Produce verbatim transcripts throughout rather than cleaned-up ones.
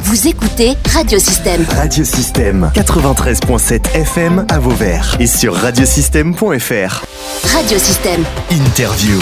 Vous écoutez Radiosystème. Radiosystème quatre-vingt-treize virgule sept F M à Vauvert et sur radiosystème point f r. Radiosystème. Interview.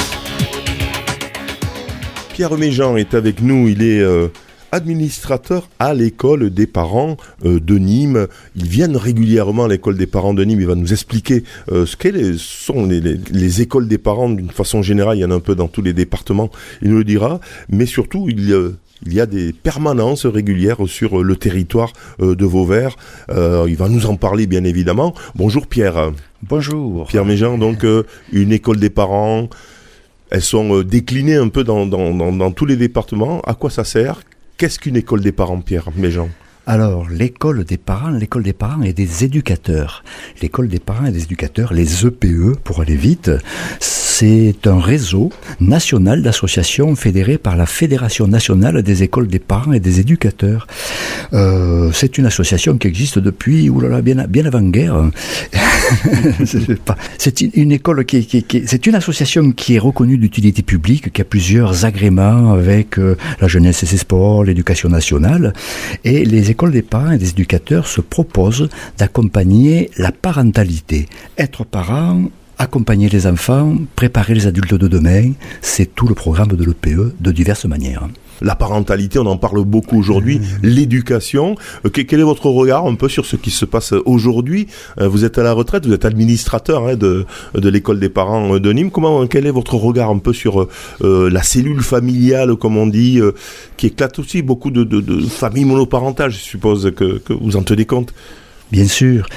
Pierre Méjean est avec nous, il est euh, administrateur à l'école des parents euh, de Nîmes. Ils viennent régulièrement à l'école des parents de Nîmes, il va nous expliquer euh, ce qu'elles sont les, les, les écoles des parents d'une façon générale, il y en a un peu dans tous les départements, il nous le dira, mais surtout il... Euh, Il y a des permanences régulières sur le territoire de Vauvert. Euh, il va nous en parler, bien évidemment. Bonjour Pierre. Bonjour. Pierre Méjean, donc euh, une école des parents. Elles sont euh, déclinées un peu dans, dans, dans, dans tous les départements. À quoi ça sert ? Qu'est-ce qu'une école des parents, Pierre Méjean ? Alors, l'école des parents, l'école des parents et des éducateurs. L'école des parents et des éducateurs, les E P E, pour aller vite, c'est un réseau national d'associations fédérées par la Fédération nationale des écoles des parents et des éducateurs. Euh, c'est une association qui existe depuis, oulala, bien, bien avant-guerre. c'est, pas, c'est une école qui, qui, qui, c'est une association qui est reconnue d'utilité publique, qui a plusieurs agréments avec euh, la jeunesse et ses sports, l'éducation nationale, et les écoles des parents et des éducateurs se proposent d'accompagner la parentalité. Être parent, accompagner les enfants, préparer les adultes de demain, c'est tout le programme de l'E P E de diverses manières. La parentalité, on en parle beaucoup aujourd'hui, l'éducation. Euh, quel est votre regard un peu sur ce qui se passe aujourd'hui ? euh, Vous êtes à la retraite, vous êtes administrateur hein, de, de l'école des parents de Nîmes. Comment, quel est votre regard un peu sur euh, la cellule familiale, comme on dit, euh, qui éclate aussi beaucoup de, de, de familles monoparentales, je suppose que, que vous en tenez compte ? Bien sûr,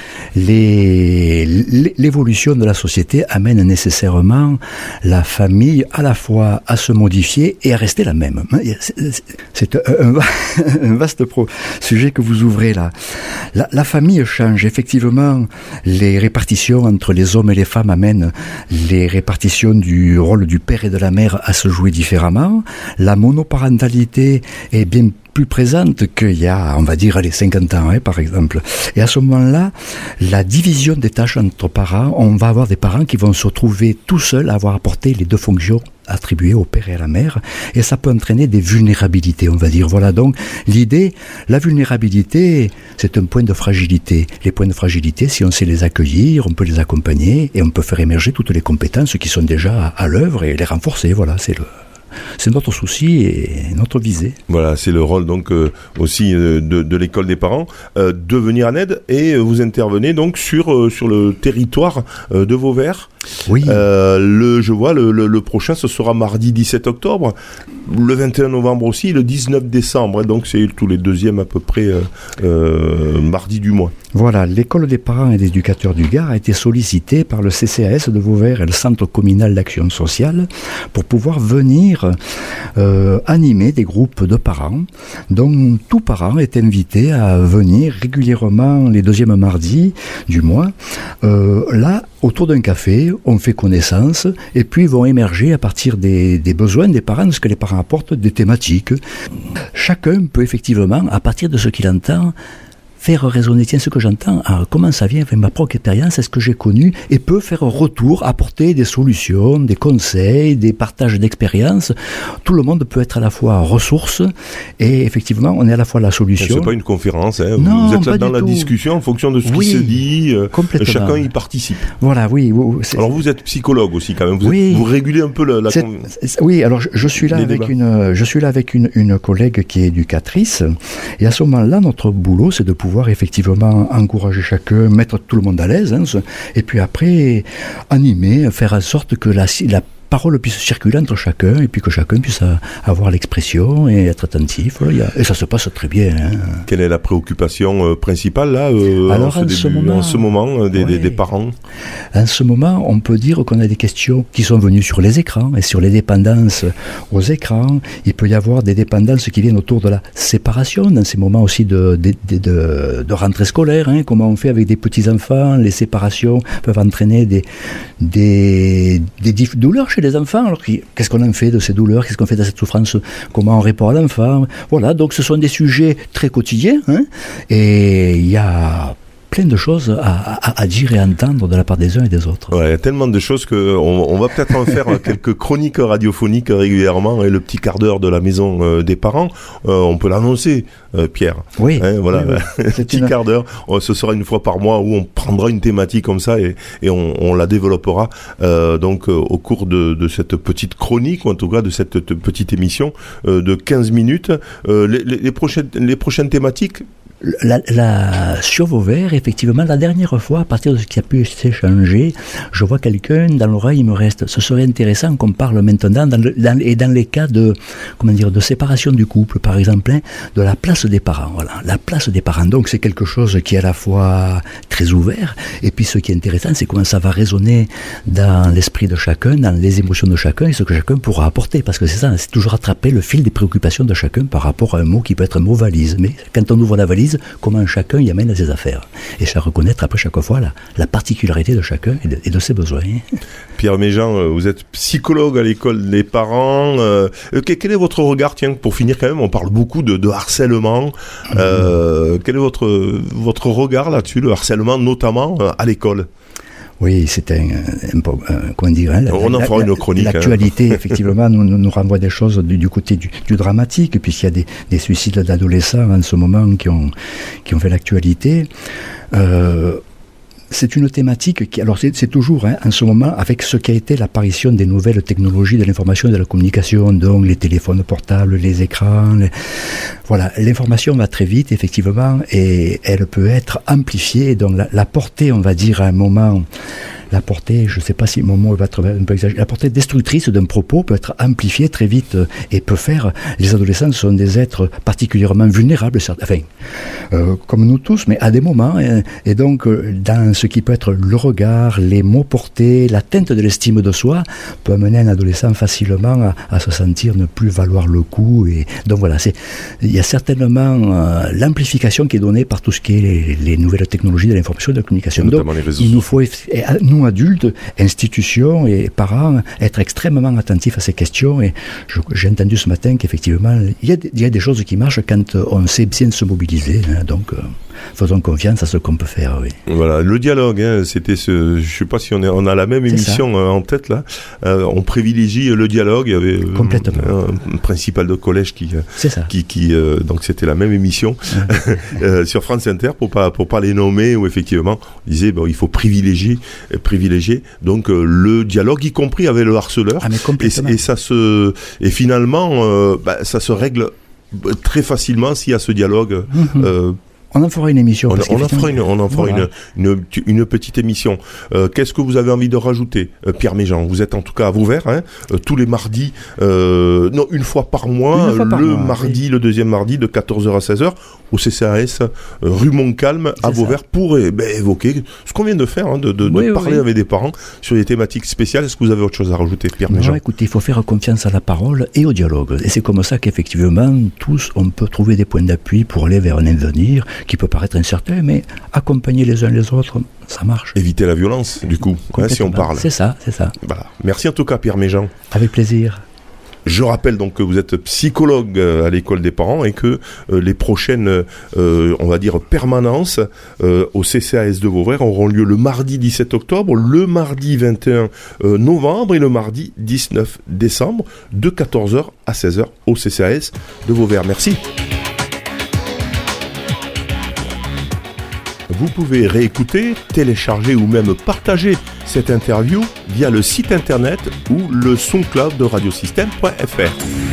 les, l'évolution de la société amène nécessairement la famille à la fois à se modifier et à rester la même. C'est, c'est un, un vaste pro, sujet que vous ouvrez là. La, la famille change. Effectivement, les répartitions entre les hommes et les femmes amènent les répartitions du rôle du père et de la mère à se jouer différemment. La monoparentalité est bien plus présente qu'il y a, on va dire, les cinquante ans, hein, par exemple. Et à ce moment-là, la division des tâches entre parents, on va avoir des parents qui vont se retrouver tout seuls à avoir apporté les deux fonctions attribuées au père et à la mère, et ça peut entraîner des vulnérabilités, on va dire. Voilà, donc l'idée, la vulnérabilité, c'est un point de fragilité. Les points de fragilité, si on sait les accueillir, on peut les accompagner, et on peut faire émerger toutes les compétences qui sont déjà à l'œuvre et les renforcer. Voilà, c'est le... C'est notre souci et notre visée. Voilà, c'est le rôle donc euh, aussi euh, de, de l'école des parents, euh, de venir en aide, et vous intervenez donc sur, euh, sur le territoire euh, de Vauvert. Oui. Euh, le, je vois, le, le, le prochain, ce sera mardi dix-sept octobre, le vingt et un novembre aussi, le dix-neuf décembre, donc c'est tous les deuxièmes à peu près euh, euh, mardi du mois. Voilà, l'école des parents et des éducateurs du Gard a été sollicitée par le C C A S de Vauvert et le Centre communal d'action sociale pour pouvoir venir euh, animer des groupes de parents. Donc tout parent est invité à venir régulièrement les deuxièmes mardis du mois. Euh, là, autour d'un café, on fait connaissance et puis vont émerger à partir des, des besoins des parents, de ce que les parents apportent, des thématiques. Chacun peut effectivement, à partir de ce qu'il entend, faire résonner, tiens, ce que j'entends, ah, comment ça vient avec ma propre expérience, est-ce que j'ai connu, et peut faire un retour, apporter des solutions, des conseils, des partages d'expériences. Tout le monde peut être à la fois ressource, et effectivement, on est à la fois la solution. C'est pas une conférence, hein. Non, vous êtes là dans la tout. discussion en fonction de ce oui, qui se dit, euh, chacun y participe. Voilà, oui. oui alors vous êtes psychologue aussi quand même, vous, oui, êtes, vous régulez un peu la... la c'est, con... c'est, oui, alors je, je suis là avec, une, je suis là avec une, une collègue qui est éducatrice, et à ce moment-là, notre boulot, c'est de pouvoir effectivement encourager chacun, mettre tout le monde à l'aise, hein, et puis après animer, faire en sorte que la, la parole puisse circuler entre chacun, et puis que chacun puisse avoir l'expression et être attentif. Voilà, et ça se passe très bien. Hein. Quelle est la préoccupation euh, principale là euh, Alors, en, ce en, ce début, moment, en ce moment euh, des, ouais. des, des parents En ce moment, on peut dire qu'on a des questions qui sont venues sur les écrans et sur les dépendances aux écrans. Il peut y avoir des dépendances qui viennent autour de la séparation, dans ces moments aussi de, de, de, de, de rentrée scolaire. Hein, comment on fait avec des petits-enfants, les séparations peuvent entraîner des, des, des diff- douleurs chez les enfants. Alors, qu'est-ce qu'on en fait de ces douleurs? Qu'est-ce qu'on fait de cette souffrance? Comment on répond à l'enfant? Voilà, donc ce sont des sujets très quotidiens, hein, et il y a plein de choses à, à, à dire et à entendre de la part des uns et des autres. Ouais, il y a tellement de choses que on, on va peut-être en faire quelques chroniques radiophoniques régulièrement, et le petit quart d'heure de la maison euh, des parents, euh, on peut l'annoncer, euh, Pierre. Oui. Hein, voilà, oui, oui. un petit une... quart d'heure, ce sera une fois par mois où on prendra une thématique comme ça et, et on, on la développera euh, donc euh, au cours de, de cette petite chronique, ou en tout cas de cette t- petite émission euh, de quinze minutes. Euh, les, les, les, prochaines, les prochaines thématiques. La, la, sur Vauvert, effectivement, la dernière fois, à partir de ce qui a pu s'échanger, je vois quelqu'un dans l'oreille, il me reste. Ce serait intéressant qu'on parle maintenant, dans le, dans, et dans les cas de, comment dire, de séparation du couple, par exemple, hein, de la place des parents. Voilà, la place des parents. Donc, c'est quelque chose qui est à la fois très ouvert, et puis ce qui est intéressant, c'est comment ça va résonner dans l'esprit de chacun, dans les émotions de chacun, et ce que chacun pourra apporter. Parce que c'est ça, c'est toujours attraper le fil des préoccupations de chacun par rapport à un mot qui peut être un mot valise. Mais quand on ouvre la valise, comment chacun y amène ses affaires. Et ça reconnaître après chaque fois la, la particularité de chacun et de, et de ses besoins. Pierre Méjean, vous êtes psychologue à l'école des parents. Euh, quel est votre regard, tiens, pour finir quand même, on parle beaucoup de, de harcèlement. Euh, quel est votre, votre regard là-dessus, le harcèlement notamment euh, à l'école ? Oui, c'est un, un, un, un comment dire, hein, la, on en fera la, une chronique. L'actualité, hein. effectivement, nous, nous renvoie des choses du, du côté du, du dramatique, puisqu'il y a des, des suicides d'adolescents en ce moment qui ont, qui ont fait l'actualité. Euh, C'est une thématique qui, alors c'est, c'est toujours hein, en ce moment avec ce qui a été l'apparition des nouvelles technologies de l'information et de la communication, donc les téléphones portables, les écrans, les... voilà, l'information va très vite effectivement et elle peut être amplifiée, donc la, la portée, on va dire à un moment, la portée, je ne sais pas si mon mot va être un peu exagéré, la portée destructrice d'un propos peut être amplifiée très vite et peut faire, les adolescents sont des êtres particulièrement vulnérables, enfin, euh, comme nous tous, mais à des moments, et, et donc dans ce qui peut être le regard, les mots portés, l'atteinte de l'estime de soi, peut amener un adolescent facilement à, à se sentir ne plus valoir le coup, et donc voilà, c'est, il y a certainement euh, l'amplification qui est donnée par tout ce qui est les, les nouvelles technologies de l'information et de la communication. Donc, il nous faut, nous adultes, institutions et parents, être extrêmement attentifs à ces questions. Et je, j'ai entendu ce matin qu'effectivement, il y, a, il y a des choses qui marchent quand on sait bien se mobiliser. Hein, donc, euh, faisons confiance à ce qu'on peut faire. Oui. Voilà, le dialogue, hein, c'était ce. Je ne sais pas si on, est, on a la même C'est émission euh, en tête là. Euh, on privilégie le dialogue. Il y avait euh, Complètement. un, un principal de collège qui. C'est ça. Qui, qui euh, donc c'était la même émission euh, sur France Inter pour pas pour pas les nommer, où effectivement on disait bon, il faut privilégier privilégier donc euh, le dialogue, y compris avec le harceleur. Ah, mais complètement. Et, et ça se et finalement euh, bah, ça se règle très facilement s'il y a ce dialogue. Mm-hmm. Euh, On en fera une émission. On, on en fera une, on en fera voilà. une, une, une petite émission. Euh, qu'est-ce que vous avez envie de rajouter, euh, Pierre Méjean? Vous êtes en tout cas à Vauvert, hein, euh, tous les mardis, euh, non, une fois par mois, fois par le mois, mardi, oui. le deuxième mardi de quatorze heures à seize heures, au C C A S, euh, rue Montcalm, à Vauvert, ça. pour eh, ben, évoquer ce qu'on vient de faire, hein, de, de, oui, de parler oui. avec des parents sur des thématiques spéciales. Est-ce que vous avez autre chose à rajouter, Pierre Méjean? Écoutez, il faut faire confiance à la parole et au dialogue. Et c'est comme ça qu'effectivement, tous, on peut trouver des points d'appui pour aller vers un avenir qui peut paraître incertain, mais accompagner les uns les autres, ça marche. Éviter la violence, du coup, hein, si on parle. C'est ça, c'est ça. Voilà. Merci en tout cas, Pierre Méjean. Avec plaisir. Je rappelle donc que vous êtes psychologue à l'école des parents et que euh, les prochaines, euh, on va dire, permanences euh, au C C A S de Vauvert auront lieu le mardi dix-sept octobre, le mardi vingt et un novembre et le mardi dix-neuf décembre de quatorze heures à seize heures au C C A S de Vauvert. Merci. Vous pouvez réécouter, télécharger ou même partager cette interview via le site internet ou le SoundCloud de radiosystème point f r.